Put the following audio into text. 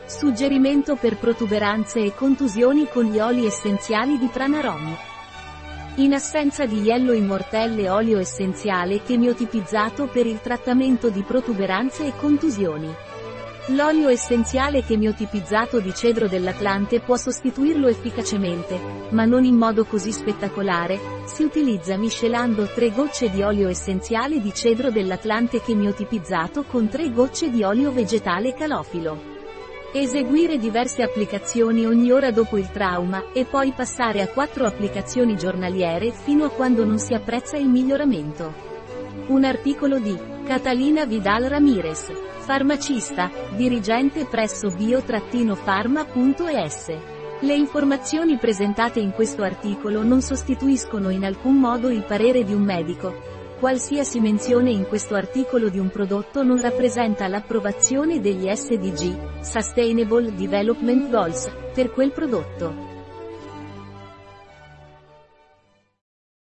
Suggerimento per protuberanze e contusioni con gli oli essenziali di Pranarom. In assenza di Yellow Immortelle olio essenziale chemiotipizzato per il trattamento di protuberanze e contusioni. L'olio essenziale chemiotipizzato di cedro dell'Atlante può sostituirlo efficacemente, ma non in modo così spettacolare. Si utilizza miscelando 3 gocce di olio essenziale di cedro dell'Atlante chemiotipizzato con 3 gocce di olio vegetale calofilo. Eseguire diverse applicazioni ogni ora dopo il trauma, e poi passare a 4 applicazioni giornaliere fino a quando non si apprezza il miglioramento. Un articolo di Catalina Vidal Ramirez, farmacista, dirigente presso bio-pharma.es. Le informazioni presentate in questo articolo non sostituiscono in alcun modo il parere di un medico. Qualsiasi menzione in questo articolo di un prodotto non rappresenta l'approvazione degli SDG, Sustainable Development Goals, per quel prodotto.